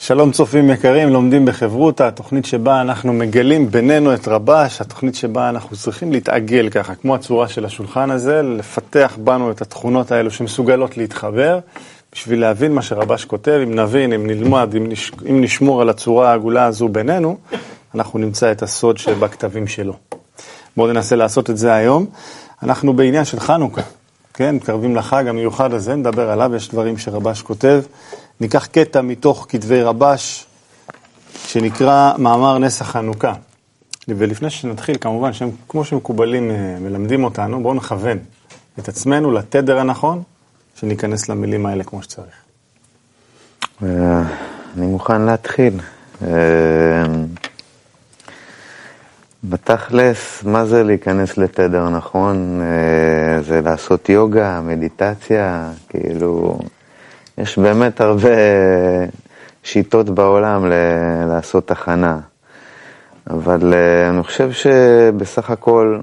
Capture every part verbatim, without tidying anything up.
שלום צופים יקרים, לומדים בחברותה, התוכנית שבה אנחנו מגלים בינינו את רבש, התוכנית שבה אנחנו צריכים להתעגל ככה, כמו הצורה של השולחן הזה, לפתח בנו את התכונות האלו שמסוגלות להתחבר, בשביל להבין מה שרבש כותב. אם נבין, אם נלמד, אם, נש... אם נשמור על הצורה העגולה הזו בינינו, אנחנו נמצא את הסוד שבכתבים שלו. בואו ננסה לעשות את זה היום. אנחנו בעניין של חנוכה, כן? מתקרבים לחג המיוחד הזה, נדבר עליו, יש דברים שרבש כותב. ניקח קטע מתוך כתבי רבש, שנקרא מאמר נס החנוכה. ולפני שנתחיל, כמובן, שהם, כמו שמקובלים מלמדים אותנו, בואו נכוון את עצמנו לתדר הנכון, שניכנס למילים האלה כמו שצריך. אני מוכן להתחיל. בתכלס, מה זה להיכנס לתדר נכון? זה לעשות יוגה, מדיטציה, כאילו... יש באמת הרבה שיטות בעולם ל- לעשות הכנה, אבל אני חושב שבסך הכל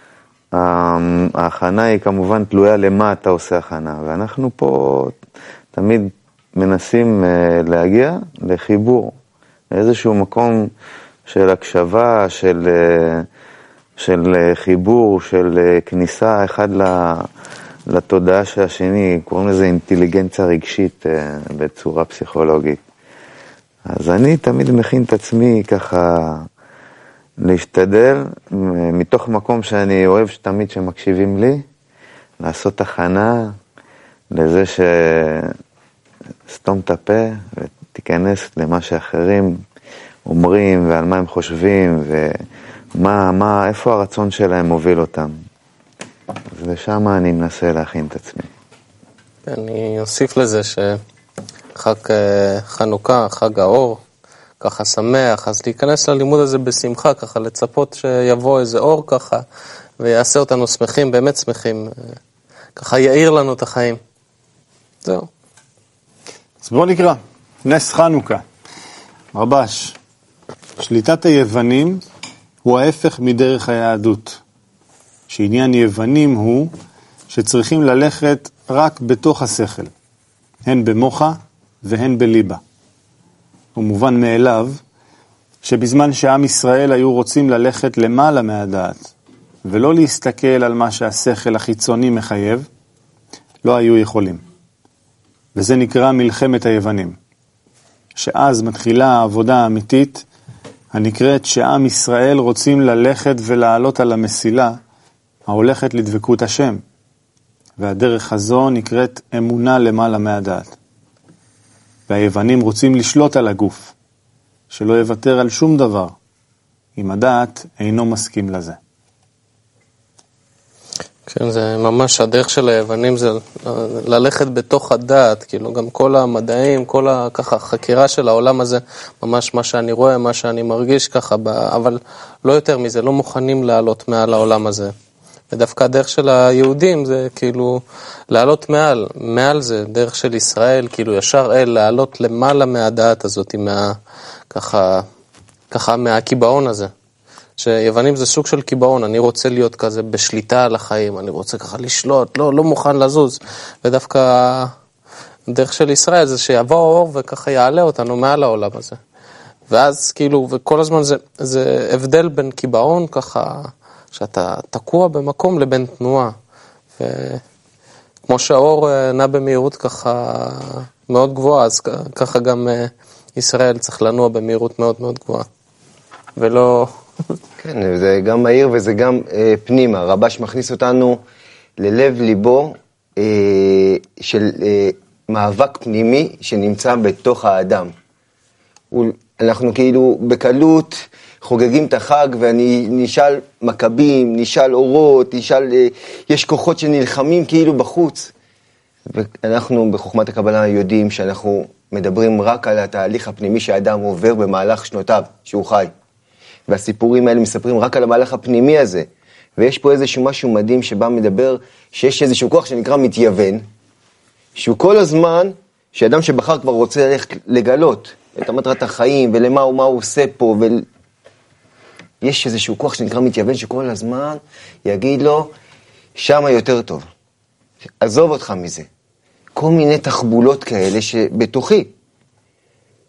ההכנה היא כמובן תלויה למה אתה עושה הכנה, ואנחנו פה תמיד מנסים להגיע לחיבור, לאיזשהו מקום של הקשבה, של, של חיבור, של כניסה אחד ל... לתודעה שהשני, קוראים לזה אינטליגנציה רגשית בצורה פסיכולוגית. אז אני תמיד מכין את עצמי ככה להשתדל, מתוך מקום שאני אוהב שתמיד שמקשיבים לי, לעשות הכנה לזה שסתום את הפה ותיכנס למה שאחרים אומרים ועל מה הם חושבים ומה, מה, איפה הרצון שלהם מוביל אותם. אז לשם אני מנסה להכין את עצמי. אני אוסיף לזה שחג חנוכה, חג האור, ככה שמח, אז להיכנס ללימוד הזה בשמחה, ככה לצפות שיבוא איזה אור ככה, ויעשה אותנו שמחים, באמת שמחים, ככה יאיר לנו את החיים. זהו. אז בואו נקרא, נס חנוכה. רבש, שליטת היוונים הוא ההפך מדרך היהדות. שעניין יוונים הוא שצריכים ללכת רק בתוך השכל, הן במוחה והן בליבה. הוא מובן מאליו שבזמן שעם ישראל היו רוצים ללכת למעלה מהדעת, ולא להסתכל על מה שהשכל החיצוני מחייב, לא היו יכולים. וזה נקרא מלחמת היוונים. שאז מתחילה העבודה האמיתית, הנקראת שעם ישראל רוצים ללכת ולעלות על המסילה, ההולכת לדבקות השם, והדרך הזו נקראת אמונה למעלה מהדעת. והיוונים רוצים לשלוט על הגוף, שלא יוותר על שום דבר, אם הדעת אינו מסכים לזה. כן, זה ממש הדרך של היוונים, זה ללכת בתוך הדעת, כאילו גם כל המדעים, כל ה, ככה, החקירה של העולם הזה, ממש מה שאני רואה, מה שאני מרגיש ככה, אבל לא יותר מזה, לא מוכנים לעלות מעל העולם הזה. ודווקא הדרך של היהודים זה כאילו לעלות מעל, מעל זה דרך של ישראל, כאילו ישר אל, לעלות למעלה מהדעת הזאת, מה, ככה, ככה מהקיבעון הזה. שיוונים זה סוג של קיבעון, אני רוצה להיות כזה בשליטה על החיים, אני רוצה ככה לשלוט, לא, לא מוכן לזוז. ודווקא הדרך של ישראל זה שיבוא האור וככה יעלה אותנו מעל העולם הזה. ואז כאילו, וכל הזמן זה, זה הבדל בין קיבעון ככה, שאתה תקוע במקום לבין תנועה. וכמו שהאור נע במהירות ככה מאוד גבוהה, אז ככה גם ישראל צריך לנוע במהירות מאוד מאוד גבוהה. ולא... כן, זה גם מהיר וזה גם אה, פנימה. רבש מכניס אותנו ללב ליבו אה, של אה, מאבק פנימי שנמצא בתוך האדם. אנחנו כאילו בקלות חוגגים את החג ואני נשאל מכבים, נשאל אורות, נשאל, אה, יש כוחות שנלחמים כאילו בחוץ. ואנחנו בחוכמת הקבלה יודעים שאנחנו מדברים רק על התהליך הפנימי שהאדם עובר במהלך שנותיו, שהוא חי. והסיפורים האלה מספרים רק על המהלך הפנימי הזה. ויש פה איזשהו משהו מדהים שבא מדבר שיש איזשהו כוח שנקרא מתייוון, שהוא כל הזמן, שאדם שבחר כבר רוצה ללכת לגלות את מטרת החיים ולמה הוא, מה הוא עושה פה, ויש איזשהו כוח שנקרא מתייוון שכל הזמן יגיד לו, שמה יותר טוב. עזוב אותך מזה. כל מיני תחבולות כאלה שבתוכי.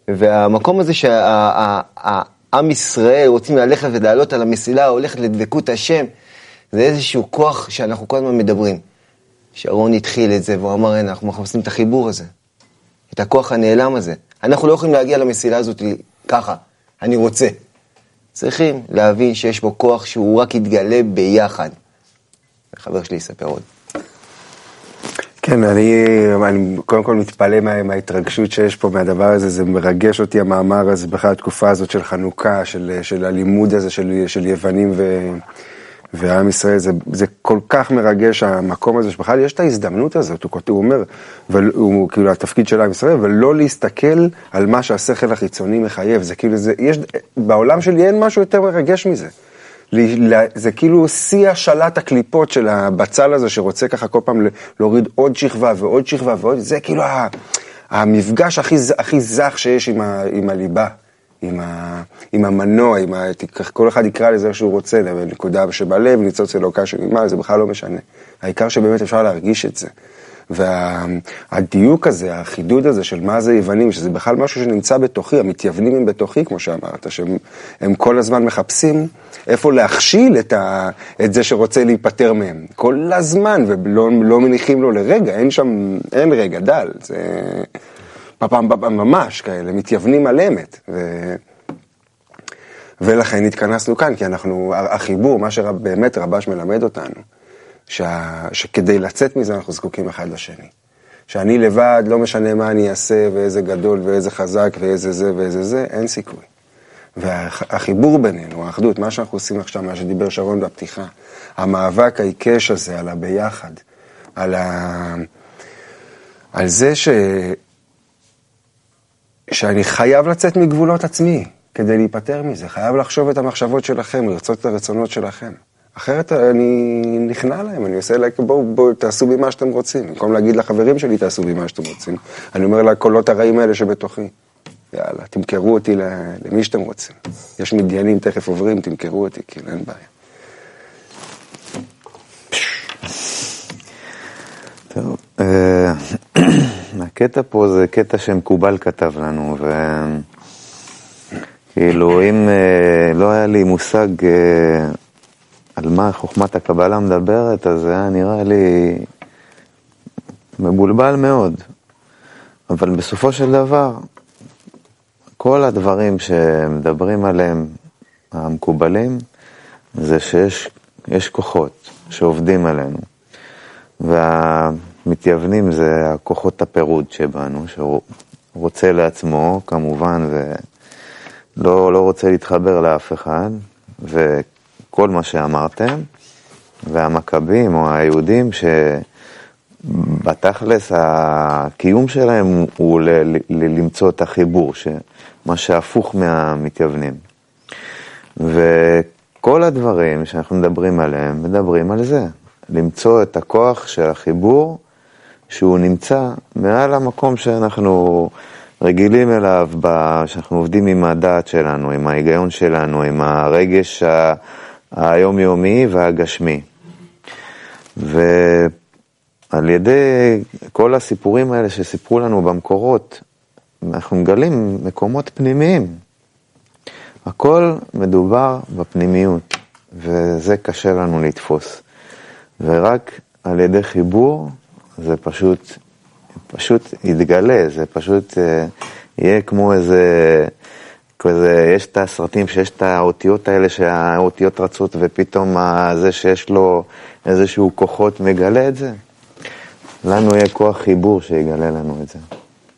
והמקום הזה שהעם ישראל רוצים ללכת ולעלות על המסילה, הולכת לדבקות השם, זה איזשהו כוח שאנחנו כל הזמן מדברים. שרון התחיל את זה, והוא אמר, אנחנו מחפשים את החיבור הזה, את הכוח הנעלם הזה. אנחנו לא יכולים להגיע למסילה הזאת ככה, אני רוצה. צריכים להבין שיש בו כוח שהוא רק יתגלה ביחד. חבר שלי יספר עוד. כן, אני, אני קודם כל מתפלא מה, מההתרגשות שיש פה מהדבר הזה, זה מרגש אותי המאמר הזה, בכלל התקופה הזאת של חנוכה, של, של הלימוד הזה של, של יוונים ו, ועם ישראל, זה, זה כל כך מרגש המקום הזה, שבכלל יש את ההזדמנות הזאת, הוא, הוא אומר, והוא כאילו התפקיד של עם ישראל, ולא להסתכל על מה שהשכל החיצוני מחייב, זה כאילו, זה, יש, בעולם שלי אין משהו יותר מרגש מזה. זה כאילו שיא השלט הקליפות של הבצל הזה שרוצה ככה כל פעם להוריד עוד שכבה ועוד שכבה ועוד, זה כאילו המפגש הכי, הכי זך שיש עם, ה, עם הליבה, עם, ה, עם המנוע, עם ה, כל אחד יקרא לזה שהוא רוצה, נקודה שבלב, ניצוץ אלוקה שממעל, זה בכלל לא משנה. העיקר שבאמת אפשר להרגיש את זה. והדיוק הזה, החידוד הזה של מה זה יוונים, שזה בכלל משהו שנמצא בתוכי, המתייוונים הם בתוכי, כמו שאמרת, שהם הם כל הזמן מחפשים איפה להכשיל את, ה, את זה שרוצה להיפטר מהם. כל הזמן, ולא לא מניחים לו לרגע, אין שם, אין רגע, דל. זה פעם פעם ממש כאלה, מתייוונים על אמת. ו... ולכן התכנסנו כאן, כי אנחנו, החיבור, מה שבאמת רבש מלמד אותנו, שה, שכדי לצאת מזה אנחנו זקוקים אחד לשני. שאני לבד, לא משנה מה אני אעשה, ואיזה גדול, ואיזה חזק, ואיזה זה, ואיזה זה, אין סיכוי. והחיבור בינינו, האחדות, מה שאנחנו עושים עכשיו, מה שדיבר שרון בפתיחה, המאבק העיקש הזה, על הביחד, על, ה... על זה ש... שאני חייב לצאת מגבולות עצמי, כדי להיפטר מזה, חייב לחשוב את המחשבות שלכם, לרצות את הרצונות שלכם. אחרת אני נכנע להם, אני עושה להם, בואו, בואו, תעשו בי מה שאתם רוצים. במקום להגיד לחברים שלי, תעשו בי מה שאתם רוצים. אני אומר לקולות הרעים האלה שבתוכי. יאללה, תמכרו אותי למי שאתם רוצים. יש מדיינים תכף עוברים, תמכרו אותי, כי אין בעיה. טוב, הקטע פה זה קטע שמקובל כתב לנו, וכאילו אם לא היה לי מושג על מה חוכמת הקבלה מדברת, אז זה היה נראה לי מבולבל מאוד. אבל בסופו של דבר, כל הדברים שמדברים עליהם המקובלים, זה שיש יש כוחות שעובדים עלינו. והמתייוונים זה הכוחות הפירוד שבנו, שרוצה לעצמו כמובן, ולא לא רוצה להתחבר לאף אחד, וכל מה שאמרתם, והמכבים או היהודים שבתכלס הקיום שלהם הוא ל- ל- למצוא את החיבור, מה שהפוך מהמתייוונים. וכל הדברים שאנחנו מדברים עליהם, מדברים על זה. למצוא את הכוח של החיבור, שהוא נמצא מעל המקום שאנחנו רגילים אליו, שאנחנו עובדים עם הדעת שלנו, עם ההיגיון שלנו, עם הרגש היומיומי והגשמי. ועל ידי כל הסיפורים האלה שסיפרו לנו במקורות, אנחנו מגלים מקומות פנימיים. הכל מדובר בפנימיות, וזה קשה לנו לתפוס. ורק על ידי חיבור זה פשוט, פשוט יתגלה, זה פשוט אה, יהיה כמו איזה, כזה, יש את הסרטים שיש את האותיות האלה שהאותיות רצות ופתאום זה שיש לו איזשהו כוחות מגלה את זה. לנו יהיה כוח חיבור שיגלה לנו את זה.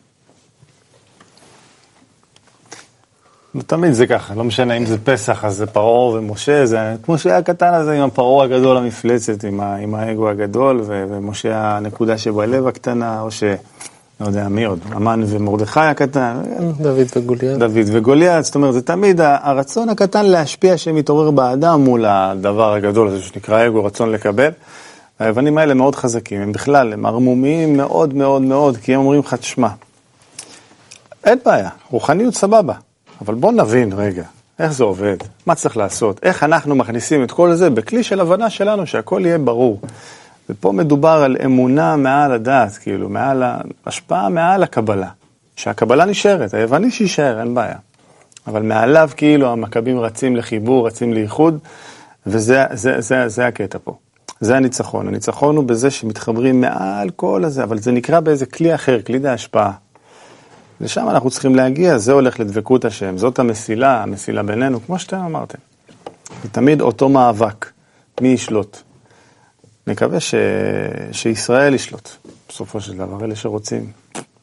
תמיד זה ככה, לא משנה אם זה פסח, אז זה פרעה ומשה, זה כמו שהיה קטן הזה עם הפרעה הגדול המפלצת, עם, ה, עם האגו הגדול, ו, ומשה הנקודה שבלב הקטנה, או ש... לא יודע, מי עוד? אמן ומרדכי הקטן. דוד וגוליית. דוד וגוליית, זאת אומרת, זה תמיד הרצון הקטן להשפיע שמתעורר באדם מול הדבר הגדול הזה שנקרא אגו, רצון לקבל. היוונים האלה מאוד חזקים, הם בכלל, הם ערמומיים מאוד מאוד מאוד, כי הם אומרים לך, תשמע, אין בעיה, רוחניות סבבה. אבל בוא נבין רגע, איך זה עובד, מה צריך לעשות, איך אנחנו מכניסים את כל זה בכלי של הבנה שלנו, שהכל יהיה ברור. ופה מדובר על אמונה מעל הדעת, כאילו, מעל ההשפעה מעל הקבלה, שהקבלה נשארת, היווני שישאר, אין בעיה. אבל מעליו כאילו המכבים רצים לחיבור, רצים לייחוד, וזה זה, זה, זה הקטע פה. זה הניצחון. הניצחון הוא בזה שמתחברים מעל כל הזה, אבל זה נקרא באיזה כלי אחר, כלי דה השפעה. לשם אנחנו צריכים להגיע, זה הולך לדבקות השם, זאת המסילה, המסילה בינינו, כמו שאתם אמרתם. זה תמיד אותו מאבק, מי ישלוט. נקווה ש... שישראל ישלוט, בסופו של דבר, אלה שרוצים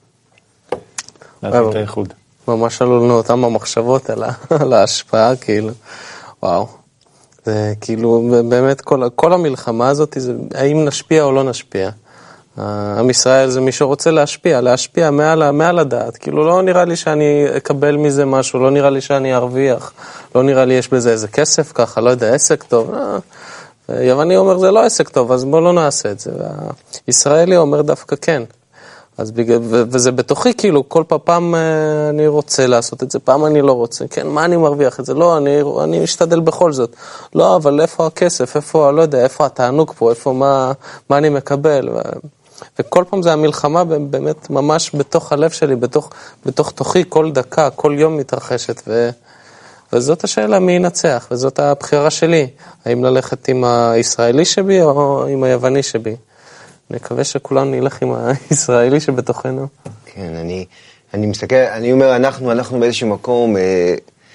להביא את האיחוד. ממש עלו לנו אותם המחשבות על, ה... על ההשפעה, כאילו, וואו. זה כאילו, באמת, כל, כל המלחמה הזאת, זה האם נשפיע או לא נשפיע. עם ישראל זה מי שרוצה להשפיע, להשפיע מעל, מעל הדעת. כאילו לא נראה לי שאני אקבל מזה משהו, לא נראה לי שאני ארוויח, לא נראה לי יש בזה איזה כסף ככה, לא יודע, עסק טוב. יווני אומר זה לא עסק טוב, אז בוא לא נעשה את זה. והישראלי אומר דווקא כן. אז בגלל, ו- וזה בתוכי, כאילו, כל פעם אני רוצה לעשות את זה, פעם אני לא רוצה. כן, מה אני מרוויח את זה? לא, אני, אני משתדל בכל זאת. לא, אבל איפה הכסף? איפה, לא יודע, איפה התענוג פה? איפה, מה, מה אני מקבל? ו- וכל פעם זה המלחמה באמת ממש בתוך הלב שלי, בתוך, בתוך תוכי, כל דקה, כל יום מתרחשת, ו, וזאת השאלה מי ינצח, וזאת הבחירה שלי, האם ללכת עם הישראלי שבי או עם היווני שבי. נקווה שכולנו נלך עם הישראלי שבתוכנו. כן, אני, אני מסתכל, אני אומר, אנחנו, אנחנו באיזשהו מקום, אה,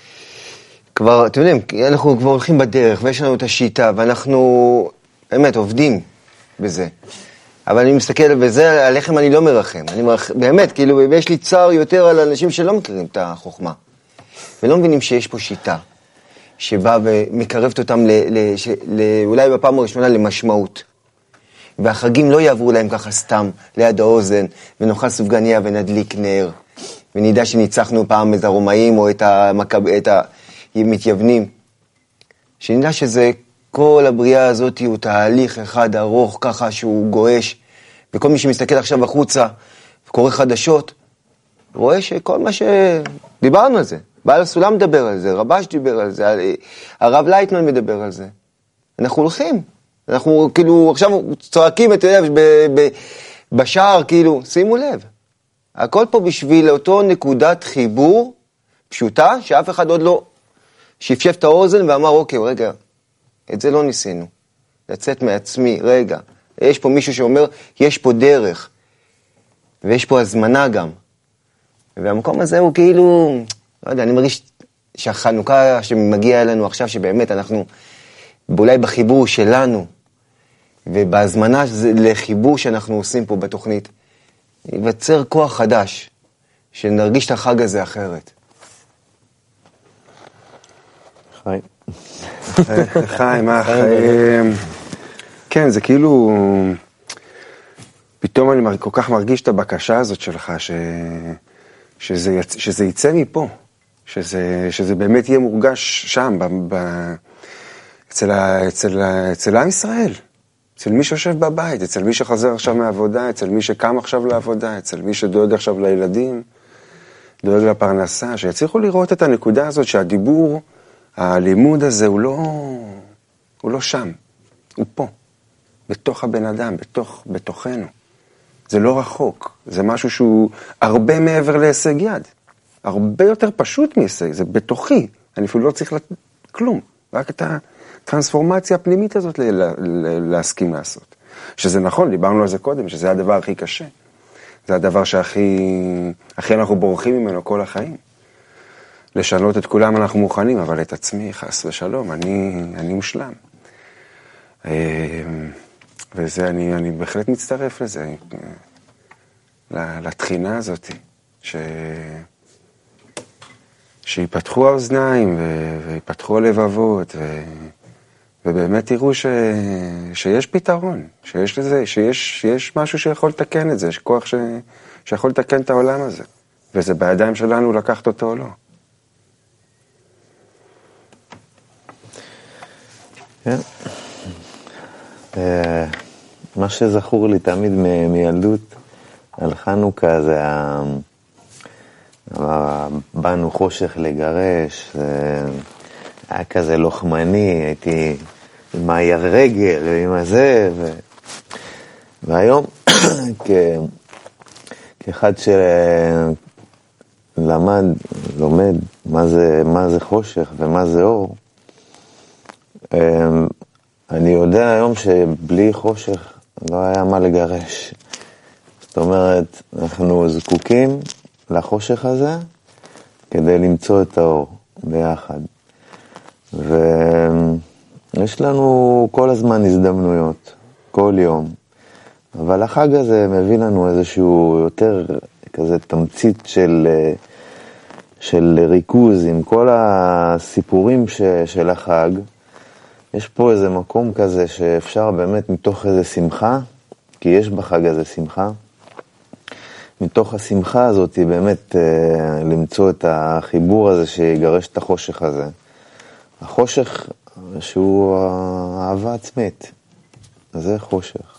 כבר, אתם יודעים, אנחנו כבר הולכים בדרך, ויש לנו את השיטה, ואנחנו, באמת, עובדים בזה. אבל אני מסתכל, וזה, עליכם אני לא מרחם. אני מרח... באמת, כאילו, ויש לי צער יותר על אנשים שלא מכירים את החוכמה. ולא מבינים שיש פה שיטה, שבאה ומקרבת אותם, ל... ל... ש... ל... אולי בפעם הראשונה, למשמעות. והחגים לא יעברו להם ככה סתם, ליד האוזן, ונאכל סופגניה ונדליק נר, ונדע שניצחנו פעם את הרומאים, או את, המקב... את המתייוונים. שנדע שזה... כל הבריאה הזאת הוא תהליך אחד ארוך ככה שהוא גואש, וכל מי שמסתכל עכשיו החוצה וקורא חדשות, רואה שכל מה שדיברנו על זה, בעל הסולם מדבר על זה, רבש דיבר על זה, הרב לייטמן מדבר על זה. אנחנו הולכים, אנחנו כאילו עכשיו צועקים, אתה יודע, ב- ב- בשער, כאילו, שימו לב, הכל פה בשביל אותו נקודת חיבור פשוטה, שאף אחד עוד לא שפשף את האוזן ואמר, אוקיי, רגע, את זה לא ניסינו. לצאת מעצמי, רגע. יש פה מישהו שאומר, יש פה דרך. ויש פה הזמנה גם. והמקום הזה הוא כאילו, לא יודע, אני מרגיש שהחנוכה שמגיע אלינו עכשיו, שבאמת אנחנו, אולי בחיבור שלנו, ובהזמנה לחיבור שאנחנו עושים פה בתוכנית, ייווצר כוח חדש, שנרגיש את החג הזה אחרת. חיים. חיים, מה, חיים. כן, זה כאילו, פתאום אני כל כך מרגיש את הבקשה הזאת שלך, ש... שזה, יצ... שזה יצא מפה, שזה, שזה באמת יהיה מורגש שם, ב... ב... אצל, ה... אצל, ה... אצל עם ישראל, אצל מי שיושב בבית, אצל מי שחזר עכשיו מעבודה, אצל מי שקם עכשיו לעבודה, אצל מי שדואג עכשיו לילדים, דואג לפרנסה, שיצליחו לראות את הנקודה הזאת שהדיבור, הלימוד הזה הוא לא, הוא לא שם, הוא פה, בתוך הבן אדם, בתוך, בתוכנו. זה לא רחוק, זה משהו שהוא הרבה מעבר להישג יד, הרבה יותר פשוט מהישג, זה בתוכי, אני אפילו לא צריך לת... כלום, רק את הטרנספורמציה הפנימית הזאת ל... ל... להסכים לעשות. שזה נכון, דיברנו על זה קודם, שזה הדבר הכי קשה, זה הדבר שהכי הכי אנחנו בורחים ממנו כל החיים. לשנות את כולם אנחנו מוכנים, אבל את עצמי, חס ושלום, אני, אני מושלם. וזה, אני, אני בהחלט מצטרף לזה, לתחינה הזאת, ש... שיפתחו האוזניים ויפתחו הלבבות, ו... ובאמת תראו ש... שיש פתרון, שיש לזה, שיש, שיש משהו שיכול לתקן את זה, יש כוח ש... שיכול לתקן את העולם הזה, וזה בידיים שלנו לקחת אותו או לא. כן. מה שזכור לי תמיד מילדות על חנוכה זה באנו חושך לגרש, זה היה כזה לוחמני, הייתי עם הרגל ועם הזה, ו... והיום כ... כאחד למד, לומד מה זה, מה זה חושך ומה זה אור, אני יודע היום שבלי חושך לא היה מה לגרש. זאת אומרת, אנחנו זקוקים לחושך הזה כדי למצוא את האור ביחד. ויש לנו כל הזמן הזדמנויות, כל יום. אבל החג הזה מביא לנו איזשהו יותר כזה תמצית של, של ריכוז עם כל הסיפורים ש, של החג. יש פה איזה מקום כזה שאפשר באמת מתוך איזה שמחה, כי יש בחג הזה שמחה, מתוך השמחה הזאת באמת אה, למצוא את החיבור הזה שיגרש את החושך הזה. החושך שהוא האהבה עצמית, זה חושך.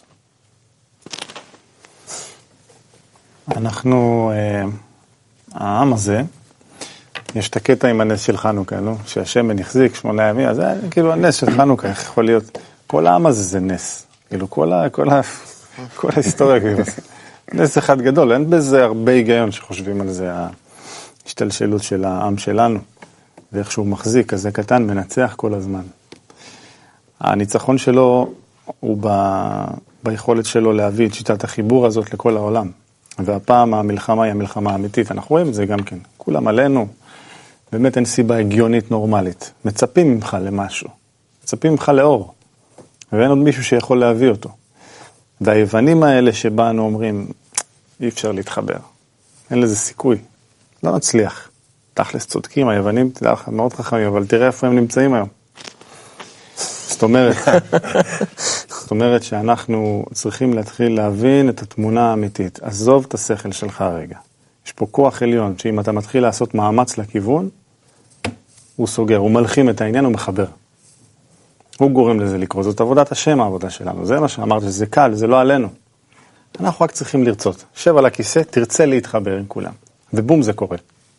אנחנו, אה, העם הזה, יש את הקטע עם הנס של חנוכה, נו? שהשמן החזיק שמונה ימים, אז זה כאילו הנס של חנוכה, איך יכול להיות? כל העם הזה זה נס. כאילו כל, ה, כל, ה, כל ההיסטוריה, כאילו, נס אחד גדול, אין בזה הרבה היגיון שחושבים על זה, ההשתלשלות של העם שלנו, ואיך שהוא מחזיק, כזה קטן, מנצח כל הזמן. הניצחון שלו הוא ב, ביכולת שלו להביא את שיטת החיבור הזאת לכל העולם. והפעם המלחמה היא המלחמה האמיתית, אנחנו רואים את זה גם כן, כולם עלינו, באמת אין סיבה הגיונית נורמלית. מצפים ממך למשהו. מצפים ממך לאור. ואין עוד מישהו שיכול להביא אותו. והיוונים האלה שבאנו אומרים, אי אפשר להתחבר. אין לזה סיכוי. לא נצליח. תכלס צודקים, היוונים, תדע לך, מאוד חכמים, אבל תראה איפה הם נמצאים היום. זאת אומרת, זאת אומרת שאנחנו צריכים להתחיל להבין את התמונה האמיתית. עזוב את השכל שלך רגע. יש פה כוח עליון, שאם אתה מתחיל לעשות מאמץ לכיוון, הוא סוגר, הוא מלחים את העניין, הוא מחבר. הוא גורם לזה לקרות. זאת עבודת השם, העבודה שלנו. זה מה שאמרת, שזה קל, זה לא עלינו. אנחנו רק צריכים לרצות. שב על הכיסא, תרצה להתחבר עם כולם. ובום, זה קורה.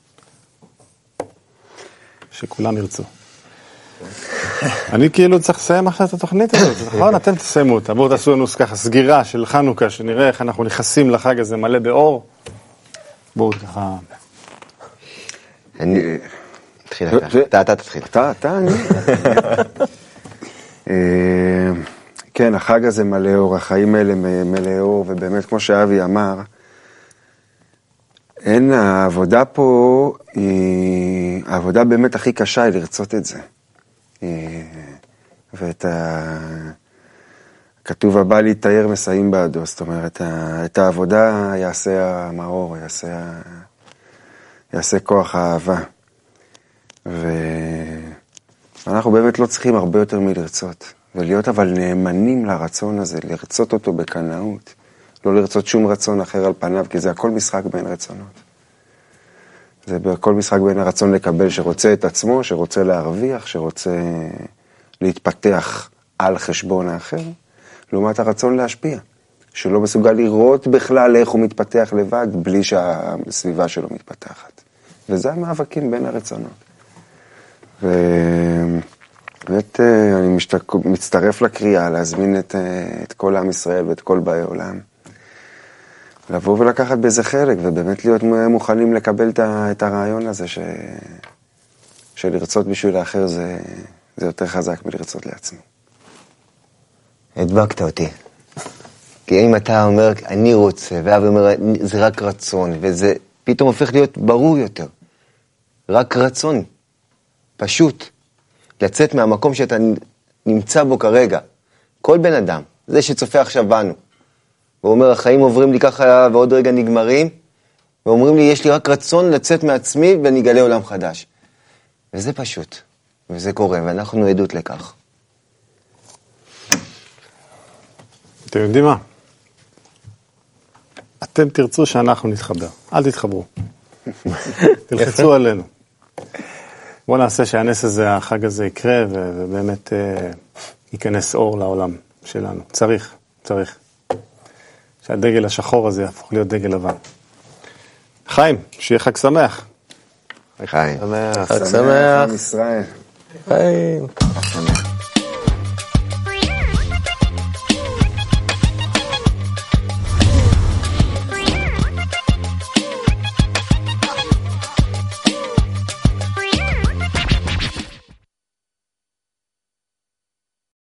שכולם ירצו. אני כאילו צריך לסיים אחרי את התוכנית הזאת, נכון? אתם תסיימו אותה. בואו תעשו לנו ככה סגירה של חנוכה, שנראה איך אנחנו נכנסים לחג הזה מלא באור. בואו ככה... אני... תתחיל אתה, אתה, אתה תתחיל. אתה, אתה, אני. כן, החג הזה מלא אור, החיים האלה מלא אור, ובאמת, כמו שאבי אמר, אין, העבודה פה, היא, העבודה באמת הכי קשה היא לרצות את זה. ואת ה... כתוב הבא להתאר מסעים בעדו, זאת אומרת, את העבודה יעשה המאור, יעשה, יעשה כוח האהבה. ואנחנו באמת לא צריכים הרבה יותר מלרצות, ולהיות אבל נאמנים לרצון הזה, לרצות אותו בקנאות, לא לרצות שום רצון אחר על פניו, כי זה הכל משחק בין רצונות. זה בכל משחק בין הרצון לקבל שרוצה את עצמו, שרוצה להרוויח, שרוצה להתפתח על חשבון האחר, לעומת הרצון להשפיע, שלא מסוגל לראות בכלל איך הוא מתפתח לבד, בלי שהסביבה שלו מתפתחת. וזה המאבקים בין הרצונות. ובאמת אני משתק... מצטרף לקריאה להזמין את, את כל עם ישראל ואת כל באי עולם. לבוא ולקחת בזה חלק, ובאמת להיות מוכנים לקבל את הרעיון הזה, ש... שלרצות בשביל האחר זה, זה יותר חזק מלרצות לעצמי. הדבקת אותי. כי אם אתה אומר, אני רוצה, ואבי אומר, זה רק רצון, וזה פתאום הופך להיות ברור יותר. רק רצון. פשוט. לצאת מהמקום שאתה נמצא בו כרגע. כל בן אדם, זה שצופה עכשיו בנו. הוא אומר, החיים עוברים לי ככה ועוד רגע נגמרים, ואומרים לי, יש לי רק רצון לצאת מעצמי ונגלה עולם חדש. וזה פשוט, וזה קורה, ואנחנו עדות לכך. אתם יודעים מה? אתם תרצו שאנחנו נתחבר, אל תתחברו. תלחצו עלינו. בואו נעשה שהנס הזה, החג הזה יקרה, ובאמת ייכנס אור לעולם שלנו. צריך, צריך. שהדגל השחור הזה יהפוך להיות דגל לבן. חיים, שיהיה חג שמח. חיים. חג שמח. עם ישראל. חיים.